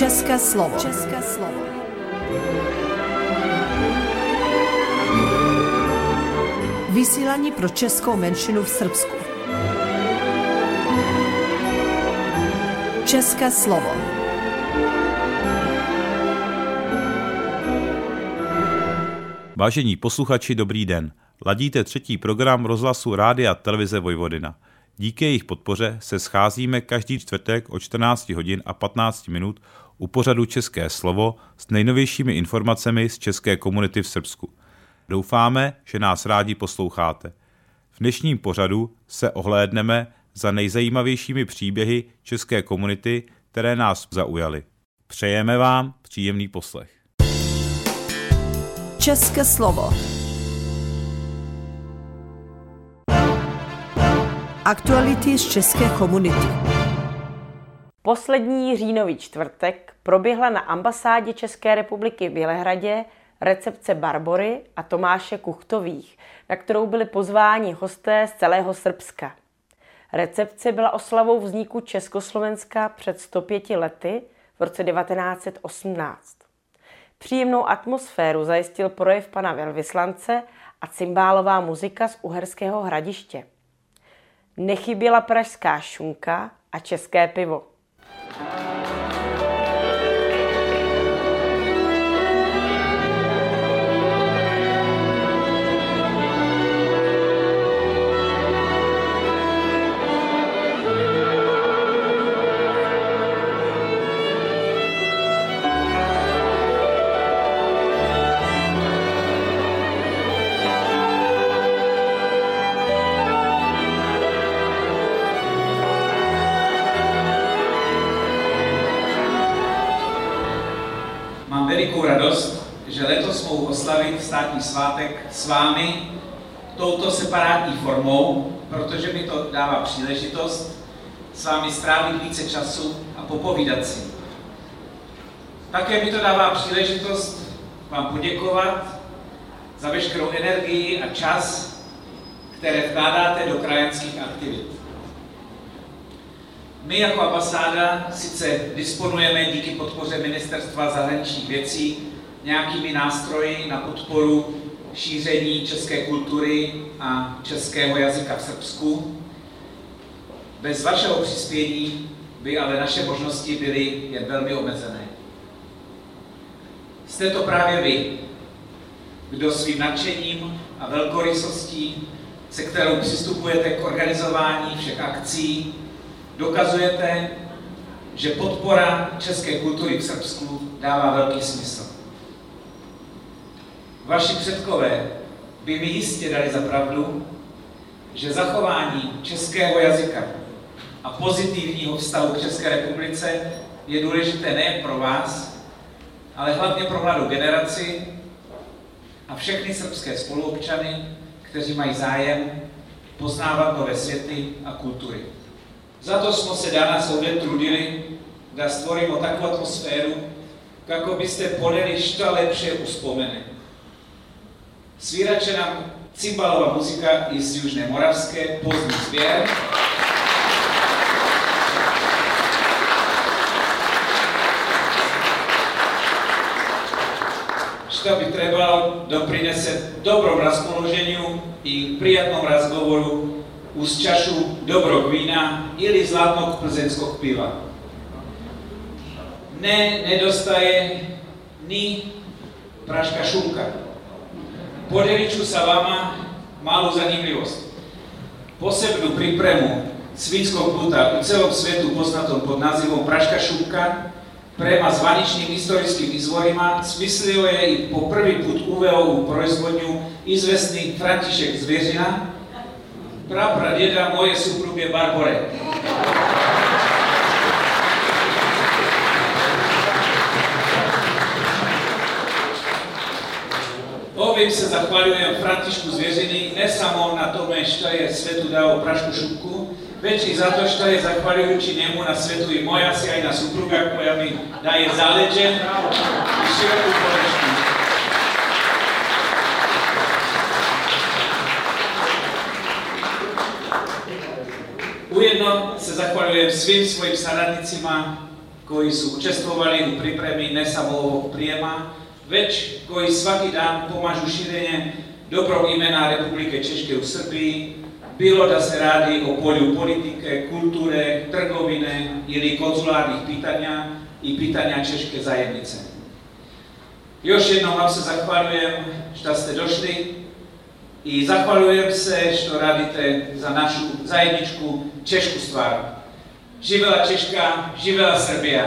České slovo. České slovo. Vysílání pro českou menšinu v Srbsku. České slovo. Vážení posluchači, dobrý den. Ladíte třetí program rozhlasu Rádia Televize Vojvodina. Díky jejich podpoře se scházíme každý čtvrtek o 14 hodin a 15 minut u pořadu České slovo s nejnovějšími informacemi z české komunity v Srbsku. Doufáme, že nás rádi posloucháte. V dnešním pořadu se ohlédneme za nejzajímavějšími příběhy české komunity, které nás zaujaly. Přejeme vám příjemný poslech. České slovo. Aktuality z české komunity. Poslední říjnový čtvrtek proběhla na ambasádě České republiky v Bělehradě recepce Barbory a Tomáše Kuchtových, na kterou byli pozváni hosté z celého Srbska. Recepce byla oslavou vzniku Československa před 105 lety v roce 1918. Příjemnou atmosféru zajistil projev pana velvyslance a cymbálová muzika z Uherského Hradiště. Nechyběla pražská šunka a české pivo. Velikou radost, že letos mohu oslavit státní svátek s vámi touto separátní formou, protože mi to dává příležitost s vámi strávit více času a popovídat si. Také mi to dává příležitost vám poděkovat za veškerou energii a čas, které vkládáte do krajanských aktivit. My jako ambasáda sice disponujeme díky podpoře Ministerstva zahraničních věcí nějakými nástroji na podporu šíření české kultury a českého jazyka v Srbsku. Bez vašeho přispění by ale naše možnosti byly jen velmi omezené. Jste to právě vy, kdo svým nadšením a velkorysostí, se kterou přistupujete k organizování všech akcí, dokazujete, že podpora české kultury v Srbsku dává velký smysl. Vaši předkové by mi jistě dali za pravdu, že zachování českého jazyka a pozitivního vztahu k České republice je důležité nejen pro vás, ale hlavně pro mladou generaci a všechny srbské spoluobčany, kteří mají zájem poznávat nové světy a kultury. Zato smo se danas ovdje trudili da stvorimo takvu atmosferu kako biste poneli što lepše uspomene. Svirat će nam cimbalova muzika iz Južne Moravske, Pozni zvijer. Što bi trebalo doprinese dobrom raspoloženju i prijatnom razgovoru uz čašu dobrog vína ili zlatnog plzeňskog piva. Nedostaje ni praška šunka. Podelit ću sa vama malu zanimljivost. Posebnu pripremu svinskog buta u celom svetu poznatom pod nazivom praška šunka prema zvaničnim istorijskim izvorima smislio je i po prvi put uveo u proizvodnju izvesni František Zvěřina, prapradjeda moje supruge Barbore. Ovim se zahvaljujem Františku Zvěřini ne samo na tome što je svetu dao prašku šunku, već i zato što je zahvaljujući njemu na svetu i moja sjajna supruga koja mi daje zaleđe i široku podršku. Ujedno se zahvaljujem svim svojim saradnicima koji su učestvovali u pripremi ne samo ovog prijema, već koji svaki dan pomažu širenje dobrog imena Republike Češke u Srbiji, bilo da se radi o polju politike, kulture, trgovine ili konzularnih pitanja i pitanja češke zajednice. Još jednom vam se zahvaljujem što ste došli i zahvaljujem se što radite za našu zajedničku češku stvar. Živela Češka, živela Srbija!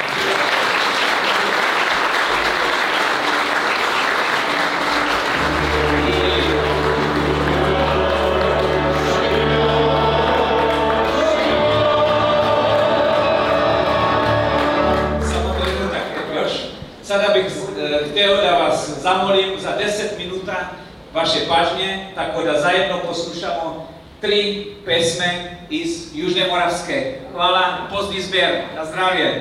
Sada bih hteo da vas zamolim za 10 minuta vaše pažnje, tako da zajedno poslušamo 3 pesme iz Južne Moravske. Hvala, pozdni zber, na zdravje!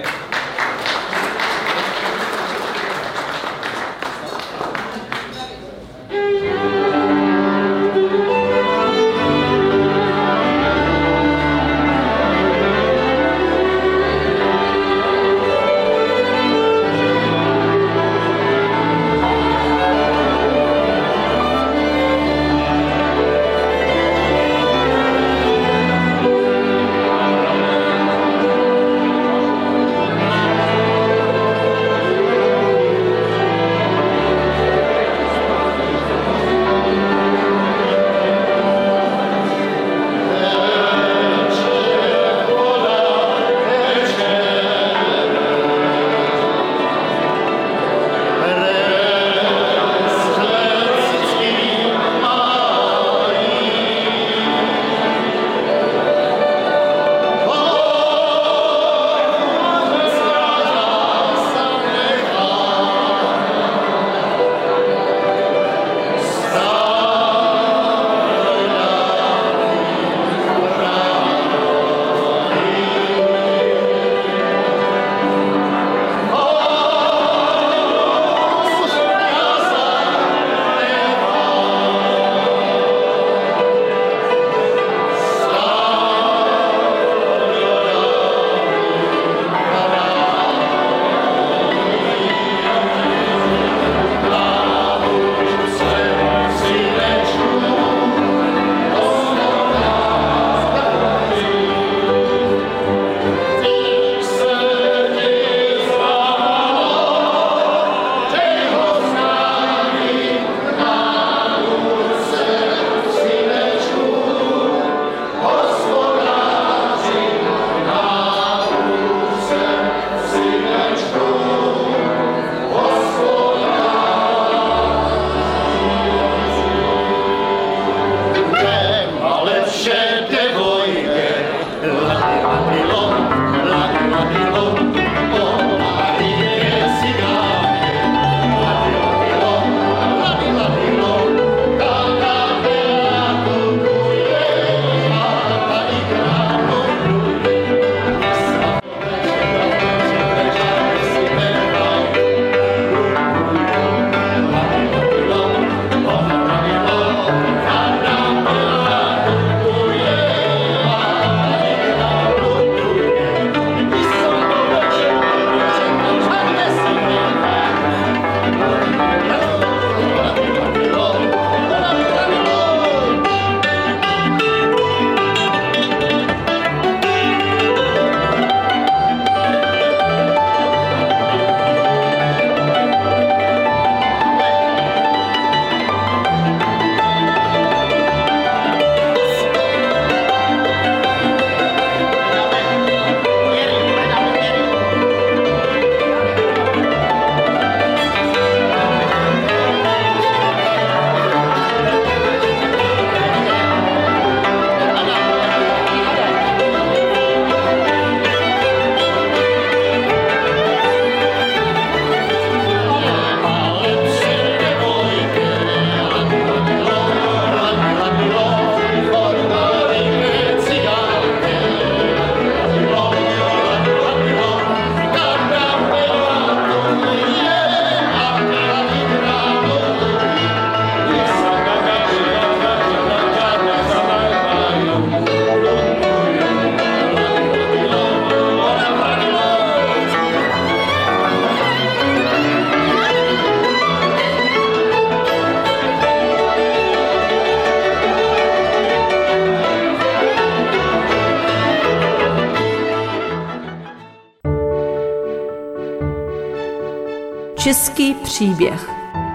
Český příběh.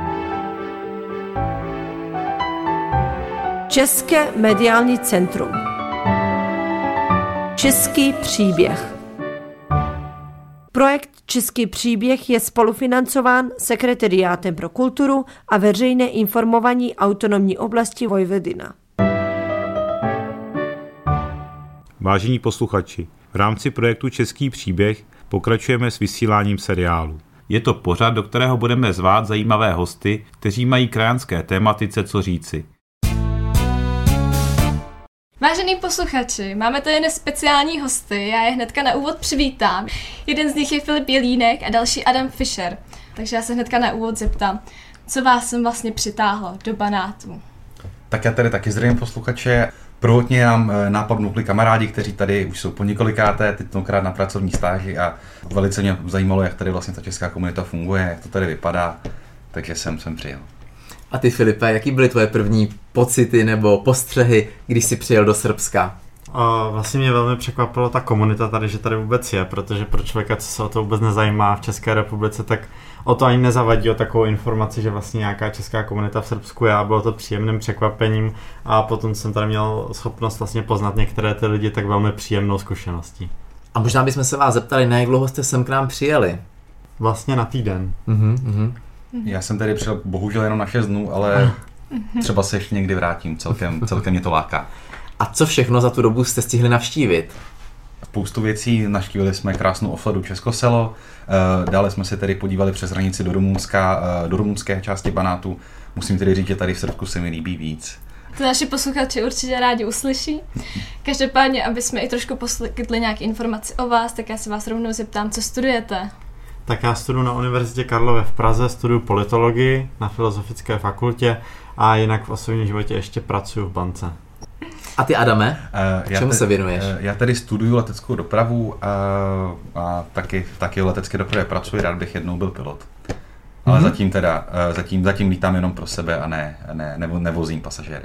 České mediální centrum. Český příběh. Projekt Český příběh je spolufinancován Sekretariátem pro kulturu a veřejné informování autonomní oblasti Vojvodina. Vážení posluchači, v rámci projektu Český příběh pokračujeme s vysíláním seriálu. Je to pořad, do kterého budeme zvát zajímavé hosty, kteří mají krajanské tématice co říci. Vážení posluchači, máme tady dnes speciální hosty, já je hnedka na úvod přivítám. Jeden z nich je Filip Jelínek a další Adam Fischer. Takže já se hnedka na úvod zeptám, co vás sem vlastně přitáhlo do Banátu? Tak já tady taky zdravím posluchače. Prvotně nám nápad vnukli kamarádi, kteří tady už jsou po několikáté, tentokrát na pracovní stáži a velice mě zajímalo, jak tady vlastně ta česká komunita funguje, jak to tady vypadá, takže jsem přijel. A ty, Filipe, jaký byly tvoje první pocity nebo postřehy, když jsi přijel do Srbska? Vlastně mě velmi překvapila ta komunita tady, že tady vůbec je, protože pro člověka, co se o to vůbec nezajímá v České republice, tak o to ani nezavadí o takovou informaci, že vlastně nějaká česká komunita v Srbsku je a bylo to příjemným překvapením a potom jsem tady měl schopnost vlastně poznat některé ty lidi tak velmi příjemnou zkušeností. A možná bychom se vás zeptali, na jak dlouho jste sem k nám přijeli? Vlastně na týden. Já jsem tady přijel bohužel jenom na 6 dnů, ale třeba se ještě někdy vrátím, celkem mě to láká. A co všechno za tu dobu jste stihli navštívit? Spoustu věcí, navštívili jsme krásnou osadu Českoselo, dále jsme se tedy podívali přes hranici do Rumunska, do rumunské části Banátu. Musím tedy říct, že tady v Srbsku se mi líbí víc. To naši posluchači určitě rádi uslyší. Každopádně, aby jsme i trošku poskytli nějaké informace o vás, tak já se vás rovnou zeptám, co studujete? Tak já studuji na Univerzitě Karlově v Praze, studuji politologii na Filozofické fakultě a jinak v osobním životě ještě pracuji v bance. A ty, Adame, čemu se věnuješ? Já tady studuju leteckou dopravu a taky v letecké dopravě pracuji, rád bych jednou byl pilot. Ale zatím lítám jenom pro sebe a nevozím pasažéry.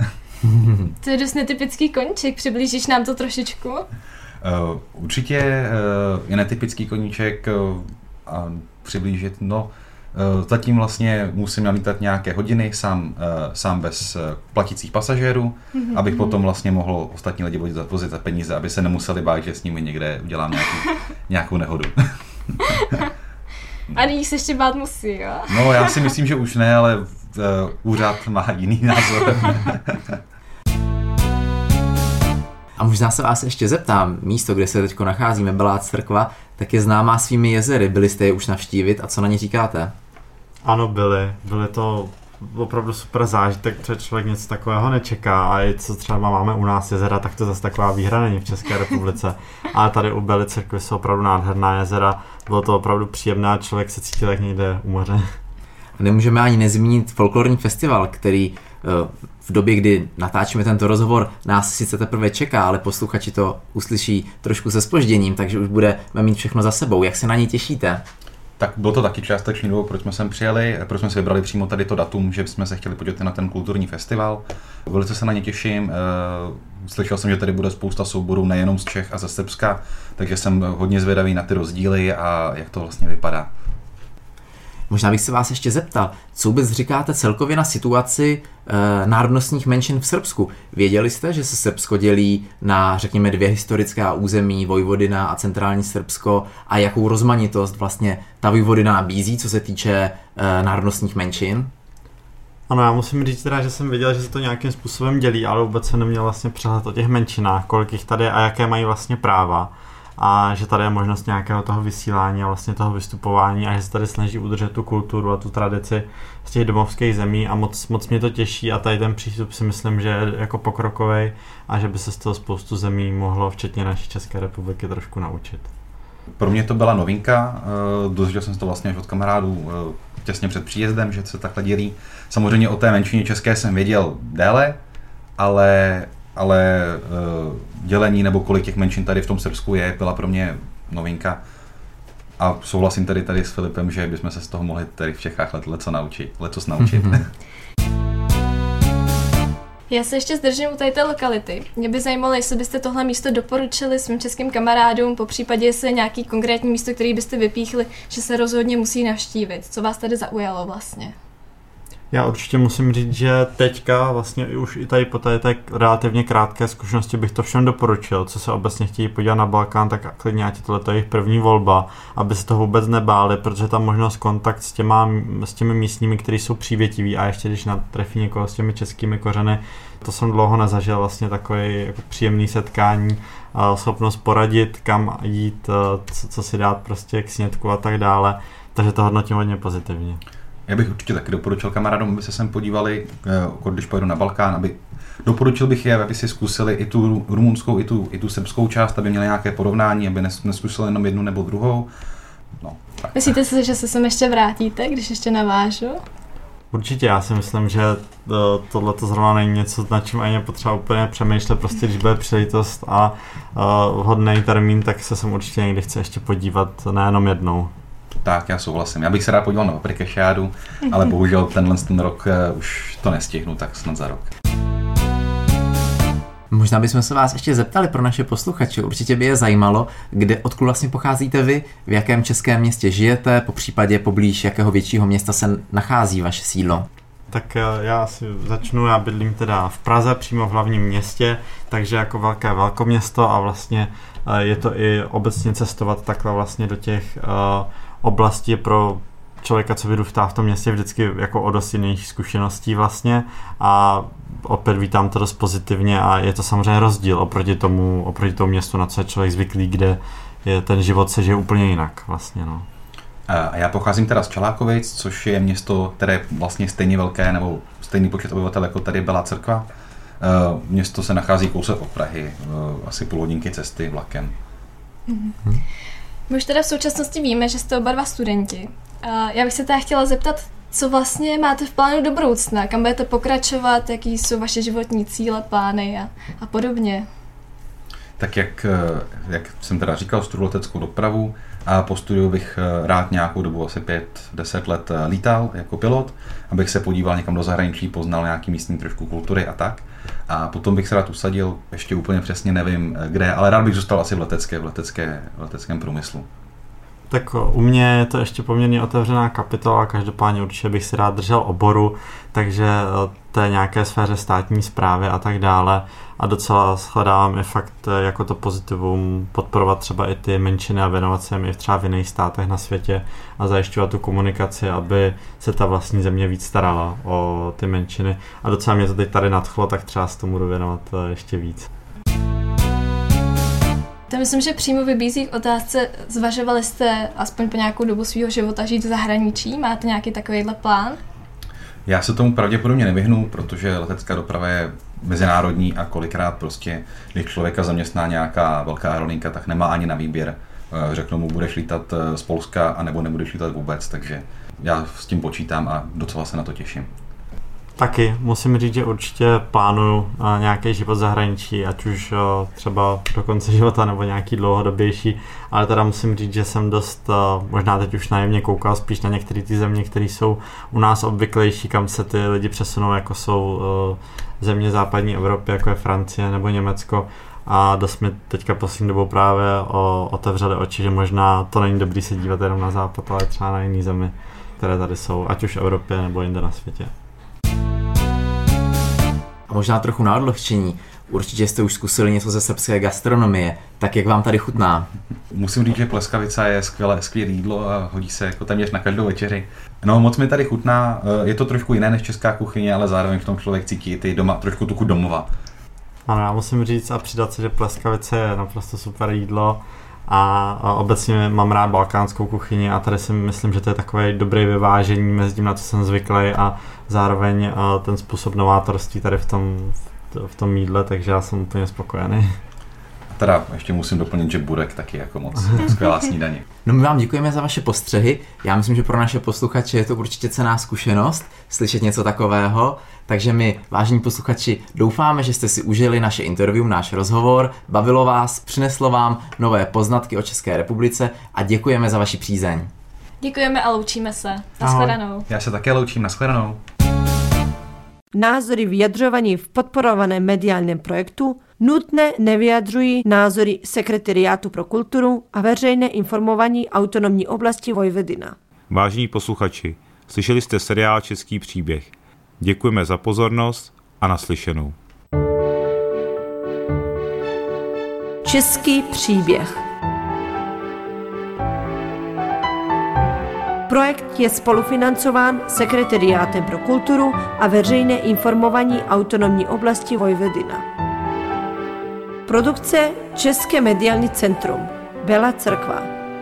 To je dost netypický koníček, přiblížíš nám to trošičku? Určitě je netypický koníček a přiblížit, zatím vlastně musím nalítat nějaké hodiny sám bez platících pasažérů, abych potom vlastně mohl ostatní lidi vozit za peníze, aby se nemuseli bát, že s nimi někde udělám nějakou nehodu. A nyní se ještě bát musí, jo? No, já si myslím, že už ne, ale úřad má jiný názor. A možná se vás ještě zeptám, místo, kde se teď nacházíme, Belá Crkva, tak je známá svými jezery. Byli jste je už navštívit a co na ně říkáte? Ano, byly to opravdu super zážitek, protože člověk něco takového nečeká a i co třeba máme u nás jezera, tak to zase taková výhra není v České republice. Ale tady u Bely Crkvy jsou opravdu nádherná jezera, bylo to opravdu příjemné a člověk se cítil jak někde u moře. Nemůžeme ani nezmínit folklorní festival, který v době, kdy natáčíme tento rozhovor, nás sice teprve čeká, ale posluchači to uslyší trošku se zpožděním, takže už budeme mít všechno za sebou. Jak se na ně těšíte? Tak bylo to taky částečný důvod, proč jsme sem přijeli, proč jsme si vybrali přímo tady to datum, že jsme se chtěli podívat na ten kulturní festival. Velice se na ně těším. Slyšel jsem, že tady bude spousta souborů nejenom z Čech a ze Srbska, takže jsem hodně zvědavý na ty rozdíly a jak to vlastně vypadá. Možná bych se vás ještě zeptal, co vůbec říkáte celkově na situaci národnostních menšin v Srbsku? Věděli jste, že se Srbsko dělí na, řekněme, 2 historická území, Vojvodina a centrální Srbsko, a jakou rozmanitost vlastně ta Vojvodina nabízí, co se týče národnostních menšin? Ano, já musím říct teda, že jsem věděl, že se to nějakým způsobem dělí, ale vůbec jsem neměl vlastně přehled o těch menšinách, kolik jich tady je a jaké mají vlastně práva. A že tady je možnost nějakého toho vysílání a vlastně toho vystupování a že se tady snaží udržet tu kulturu a tu tradici z těch domovských zemí a moc mě to těší a tady ten přístup si myslím, že je jako pokrokovej a že by se z toho spoustu zemí mohlo, včetně naší České republiky, trošku naučit. Pro mě to byla novinka, dozvěděl jsem se to vlastně až od kamarádů těsně před příjezdem, že se takhle dělí. Samozřejmě o té menšině české jsem věděl déle, ale dělení nebo kolik těch menšin tady v tom Srbsku je, byla pro mě novinka. A souhlasím tady s Filipem, že bychom se z toho mohli tady v Čechách lecos naučit. Já se ještě zdržím u té lokality. Mě by zajímalo, jestli byste tohle místo doporučili svým českým kamarádům, popřípadě jestli je nějaký konkrétní místo, který byste vypíchli, že se rozhodně musí navštívit. Co vás tady zaujalo vlastně? Já určitě musím říct, že teďka vlastně už i tady po té relativně krátké zkušenosti bych to všem doporučil, co se obecně chtějí podívat na Balkán, tak klidně ať tohle je jejich první volba, aby se toho vůbec nebáli, protože ta možnost kontakt s těmi místními, kteří jsou přívětiví a ještě když natrefí někoho s těmi českými kořeny, to jsem dlouho nezažil, vlastně takový jako příjemný setkání, schopnost poradit, kam jít, co si dát prostě k snědku a tak dále, takže to hodnotím hodně pozitivně. Já bych určitě taky doporučil kamarádům, aby se sem podívali, když pojedu na Balkán, doporučil bych je, aby si zkusili i tu rumunskou, i tu srbskou část, aby měli nějaké porovnání, aby neskusili jenom jednu nebo druhou. No, tak. Myslíte si, že se sem ještě vrátíte, když ještě navážu? Určitě, já si myslím, že tohle to zrovna není něco, nad čím ani potřeba úplně přemýšlet, prostě když bude příležitost a vhodný termín, tak se sem určitě někdy chce ještě podívat, nejenom jednou. Tak, já souhlasím. Já bych se rád podíval na Paprikašádu, ale bohužel ten rok už to nestihnu, tak snad za rok. Možná bychom se vás ještě zeptali pro naše posluchače. Určitě by je zajímalo, odkud vlastně pocházíte vy, v jakém českém městě žijete, popřípadě poblíž jakého většího města se nachází vaše sídlo. Tak já si začnu, já bydlím teda v Praze, přímo v hlavním městě, takže jako velké velkoměsto a vlastně je to i obecně cestovat takhle vlastně do těch oblastí pro člověka, co vyrůstá v tom městě, vždycky jako o dost jiných zkušeností vlastně a opět vítám to dost pozitivně a je to samozřejmě rozdíl oproti tomu městu, na co je člověk zvyklý, kde je ten život se žije úplně jinak vlastně, no. A já pocházím teda z Čelákovic, což je město, které je vlastně stejně velké nebo stejný počet obyvatel jako tady Bělá Crkva. Město se nachází kousek od Prahy, asi půl hodinky cesty vlakem. Mm-hmm. My už teda v současnosti víme, že jste oba dva studenti. Já bych se teda chtěla zeptat, co vlastně máte v plánu do budoucna, kam budete pokračovat, jaký jsou vaše životní cíle, plány a podobně. Tak jak jsem teda říkal, studuji leteckou dopravu a po studiu bych rád nějakou dobu, asi 5-10 let lítal jako pilot, abych se podíval někam do zahraničí, poznal nějaký místní trošku kultury a tak. A potom bych se rád usadil, ještě úplně přesně nevím kde, ale rád bych zůstal asi v leteckém průmyslu. Tak u mě je to ještě poměrně otevřená kapitola, každopádně určitě bych si rád držel oboru, takže té nějaké sféře státní správy a tak dále. A docela shledávám i fakt jako to pozitivum podporovat třeba i ty menšiny a věnovat se jim i třeba v jiných státech na světě a zajišťovat tu komunikaci, aby se ta vlastní země víc starala o ty menšiny. A docela mě to teď tady nadchlo, tak třeba se tomu budu věnovat ještě víc. To myslím, že přímo vybízí k otázce, zvažovali jste aspoň po nějakou dobu svého života žít v zahraničí? Máte nějaký takovýhle plán? Já se tomu pravděpodobně nevyhnu, protože letecká doprava je mezinárodní a kolikrát prostě, když člověka zaměstná nějaká velká aerolinka, tak nemá ani na výběr. Řeknou mu, budeš lítat z Polska, anebo nebudeš lítat vůbec, takže já s tím počítám a docela se na to těším. Taky musím říct, že určitě plánuju nějaký život v zahraničí, ať už třeba do konce života nebo nějaký dlouhodobější, ale teda musím říct, že jsem dost, možná teď už naivně koukal spíš na některé ty země, které jsou u nás obvyklejší, kam se ty lidi přesunou, jako jsou země západní Evropy, jako je Francie nebo Německo. A dost mi teďka poslední dobou právě otevřeli oči, že možná to není dobrý se dívat jenom na západ, ale třeba na jiné zemi, které tady jsou, ať už v Evropě nebo jinde na světě. A možná trochu na odlehčení. Určitě jste už zkusili něco ze srbské gastronomie, tak jak vám tady chutná? Musím říct, že pleskavica je skvělé jídlo a hodí se jako téměř na každou večeři. No, moc mi tady chutná, je to trošku jiné než česká kuchyně, ale zároveň v tom člověk cítí ty trošku tu chuť domova. Ano, já musím říct a přidat se, že pleskavice je naprosto super jídlo a obecně mám rád balkánskou kuchyni a tady si myslím, že to je takové dobré vyvážení mezi tím, na co jsem zvyklý a zároveň ten způsob novátorství tady v tom jídle, takže já jsem úplně spokojený. Teda ještě musím doplnit, že burek taky jako moc skvělá snídaně. No my vám děkujeme za vaše postřehy. Já myslím, že pro naše posluchače je to určitě cenná zkušenost slyšet něco takového. Takže my, vážení posluchači, doufáme, že jste si užili naše interview, náš rozhovor, bavilo vás, přineslo vám nové poznatky o České republice a děkujeme za vaši přízeň. Děkujeme a loučíme se. Nashledanou. Já se také loučím, nashledanou. názory vyjadřovaní v podporovaném mediálním projektu nutně nevyjadřují názory Sekretariátu pro kulturu a veřejné informování autonomní oblasti Vojvodina. Vážení posluchači, slyšeli jste seriál Český příběh. Děkujeme za pozornost a naslyšenou. Český příběh. Projekt je spolufinancován Sekretariátem pro kulturu a veřejné informování autonomní oblasti Vojvodina. Produkce České mediální centrum Bela Crkva.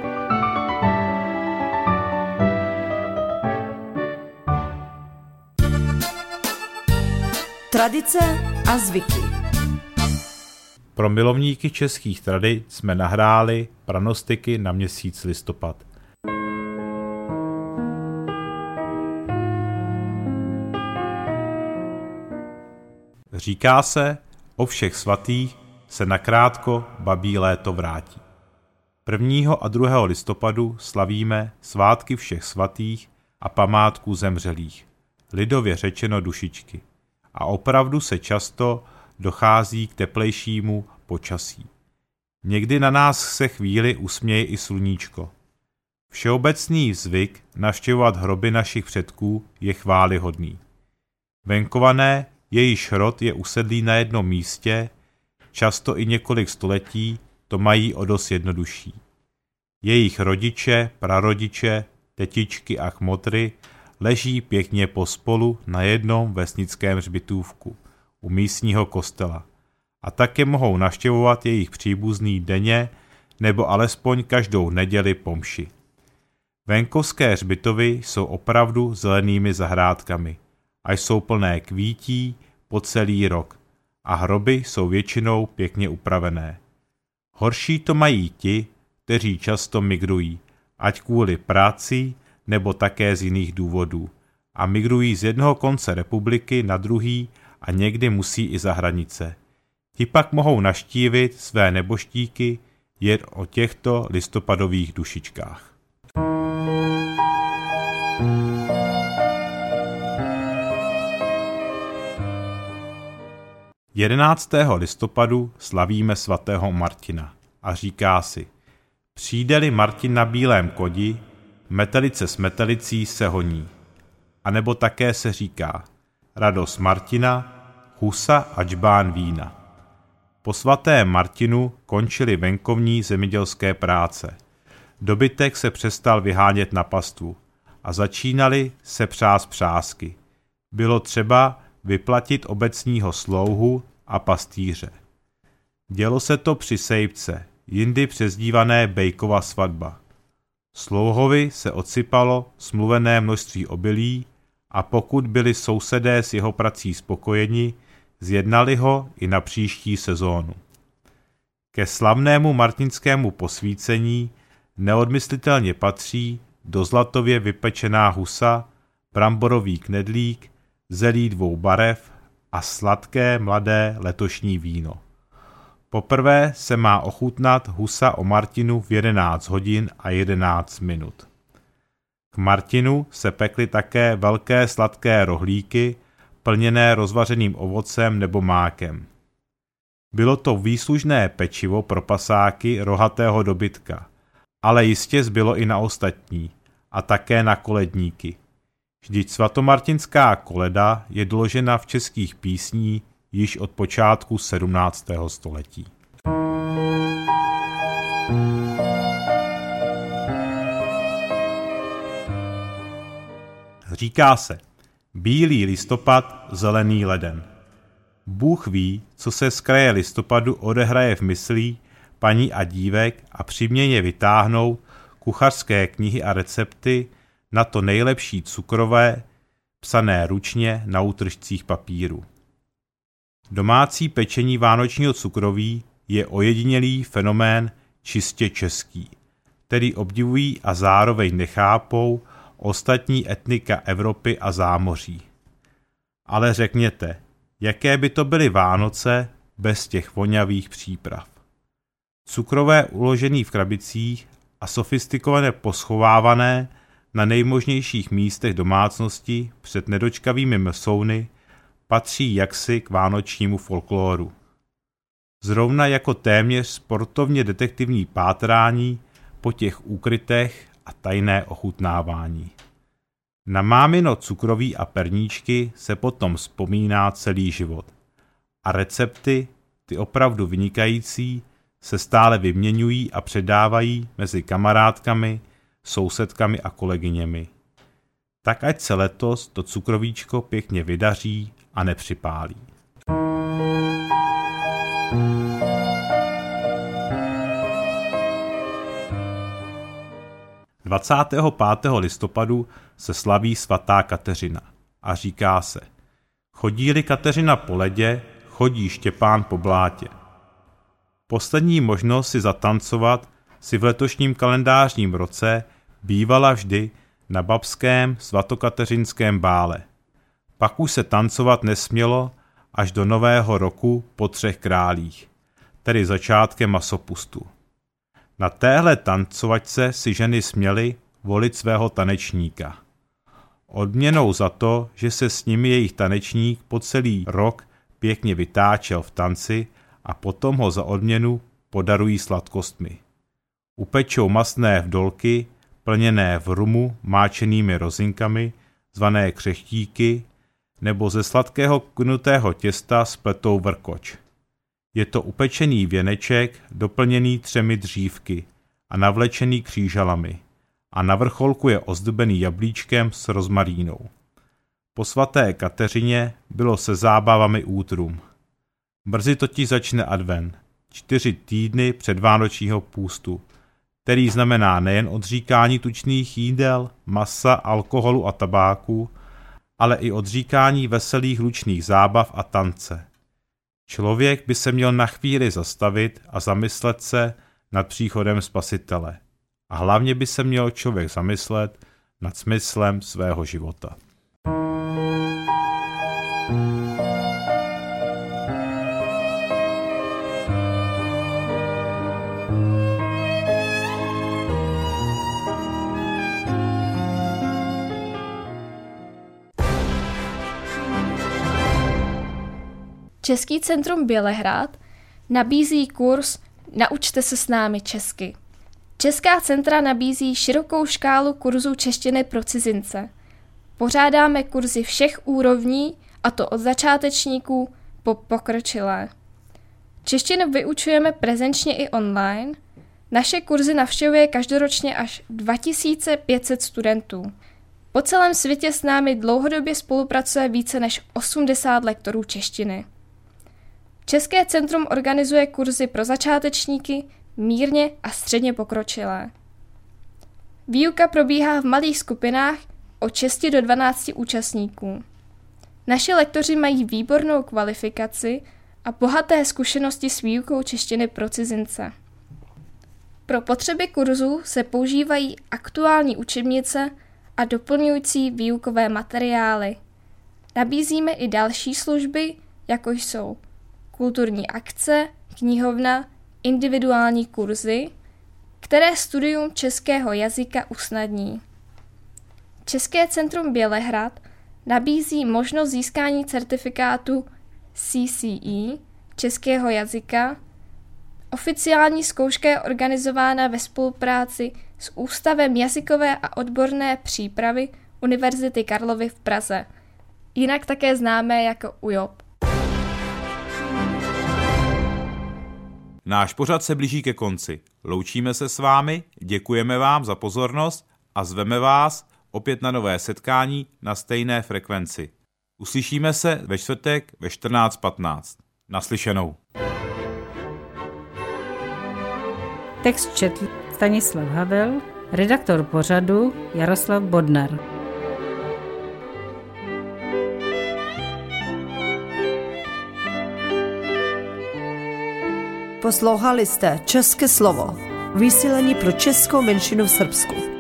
Tradice a zvyky. Pro milovníky českých tradic jsme nahráli pranostiky na měsíc listopad. Říká se, o všech svatých se nakrátko babí léto vrátí. 1. a 2. listopadu slavíme svátky všech svatých a památku zemřelých, lidově řečeno dušičky. A opravdu se často dochází k teplejšímu počasí. Někdy na nás se chvíli usměje i sluníčko. Všeobecný zvyk navštěvovat hroby našich předků je chvályhodný. Venkované, jejíž rod je usedlý na jednom místě, často i několik století, to mají o dost jednodušší. Jejich rodiče, prarodiče, tetičky a chmotry leží pěkně pospolu na jednom vesnickém hřbitůvku u místního kostela a také mohou navštěvovat jejich příbuzný denně nebo alespoň každou neděli po mši. Venkovské hřbitovy jsou opravdu zelenými zahrádkami a jsou plné kvítí po celý rok a hroby jsou většinou pěkně upravené. Horší to mají ti, kteří často migrují, ať kvůli práci nebo také z jiných důvodů, a migrují z jednoho konce republiky na druhý a někdy musí i za hranice. Ti pak mohou navštívit své nebožtíky jen o těchto listopadových dušičkách. – 11. listopadu slavíme svatého Martina a říká si: přijde-li Martin na bílém kodi, metelice s metelicí se honí. A nebo také se říká: radost Martina, husa a džbán vína. Po svatém Martinu končily venkovní zemědělské práce. Dobytek se přestal vyhánět na pastvu a začínaly se přást přásky. Bylo třeba vyplatit obecního slouhu a pastýře. Dělo se to při sejpce, jindy přezdívané Bejkova svatba. Slouhovi se odsypalo smluvené množství obilí a pokud byli sousedé s jeho prací spokojeni, zjednali ho i na příští sezónu. Ke slavnému martinskému posvícení neodmyslitelně patří do zlatově vypečená husa, bramborový knedlík, zelí 2 barev a sladké mladé letošní víno. Poprvé se má ochutnat husa o Martinu v 11 hodin a 11 minut. K Martinu se pekly také velké sladké rohlíky, plněné rozvařeným ovocem nebo mákem. Bylo to výslužné pečivo pro pasáky rohatého dobytka, ale jistě zbylo i na ostatní, a také na koledníky. Vždyť svatomartinská koleda je doložena v českých písní již od počátku 17. století. Říká se: bílý listopad, zelený leden. Bůh ví, co se z kraje listopadu odehraje v myslí paní a dívek a přiměně vytáhnou kuchařské knihy a recepty na to nejlepší cukrové, psané ručně na útržcích papíru. Domácí pečení vánočního cukroví je ojedinělý fenomén čistě český, který obdivují a zároveň nechápou ostatní etnika Evropy a zámoří. Ale řekněte, jaké by to byly Vánoce bez těch vonavých příprav. Cukrové uložené v krabicích a sofistikované poschovávané na nejmožnějších místech domácnosti před nedočkavými msouny patří jaksi k vánočnímu folkloru. Zrovna jako téměř sportovně detektivní pátrání po těch úkrytech a tajné ochutnávání. Na mámino cukroví a perníčky se potom vzpomíná celý život. A recepty, ty opravdu vynikající, se stále vyměňují a předávají mezi kamarádkami, sousedkami a kolegyněmi. Tak ať se letos to cukrovíčko pěkně vydaří a nepřipálí. – 25. listopadu se slaví svatá Kateřina a říká se: chodí-li Kateřina po ledě, chodí Štěpán po blátě. Poslední možnost si zatancovat si v letošním kalendářním roce bývala vždy na babském svatokateřinském bále. Pak už se tancovat nesmělo až do nového roku po 3 králích, tedy začátkem masopustu. Na téhle tancovačce si ženy směly volit svého tanečníka. Odměnou za to, že se s nimi jejich tanečník po celý rok pěkně vytáčel v tanci a potom ho za odměnu podarují sladkostmi. Upečou mastné vdolky, plněné v rumu máčenými rozinkami, zvané křechtíky, nebo ze sladkého knutého těsta spletou vrkoč. Je to upečený věneček, doplněný 3 dřívky a navlečený křížalami. A na vrcholku je ozdobený jablíčkem s rozmarínou. Po svaté Kateřině bylo se zábavami útrum. Brzy totiž začne advent, 4 týdny před vánočního půstu, který znamená nejen odříkání tučných jídel, masa, alkoholu a tabáku, ale i odříkání veselých lučných zábav a tance. Člověk by se měl na chvíli zastavit a zamyslet se nad příchodem Spasitele. A hlavně by se měl člověk zamyslet nad smyslem svého života. Český centrum Bělehrad nabízí kurz Naučte se s námi česky. Česká centra nabízí širokou škálu kurzů češtiny pro cizince. Pořádáme kurzy všech úrovní, a to od začátečníků po pokročilé. Češtinu vyučujeme prezenčně i online. Naše kurzy navštěvuje každoročně až 2500 studentů. Po celém světě s námi dlouhodobě spolupracuje více než 80 lektorů češtiny. České centrum organizuje kurzy pro začátečníky, mírně a středně pokročilé. Výuka probíhá v malých skupinách od 6 do 12 účastníků. Naši lektoři mají výbornou kvalifikaci a bohaté zkušenosti s výukou češtiny pro cizince. Pro potřeby kurzů se používají aktuální učebnice a doplňující výukové materiály. Nabízíme i další služby, jako jsou kulturní akce, knihovna, individuální kurzy, které studium českého jazyka usnadní. České centrum Bělehrad nabízí možnost získání certifikátu CCE českého jazyka. Oficiální zkouška je organizována ve spolupráci s Ústavem jazykové a odborné přípravy Univerzity Karlovy v Praze, jinak také známé jako UJOP. Náš pořad se blíží ke konci. Loučíme se s vámi, děkujeme vám za pozornost a zveme vás opět na nové setkání na stejné frekvenci. Uslyšíme se ve čtvrtek ve 14:15. Naslyšenou. Text četl Stanislav Havel, redaktor pořadu Jaroslav Bodnar. Poslouchali jste České slovo, vysílení pro českou menšinu v Srbsku.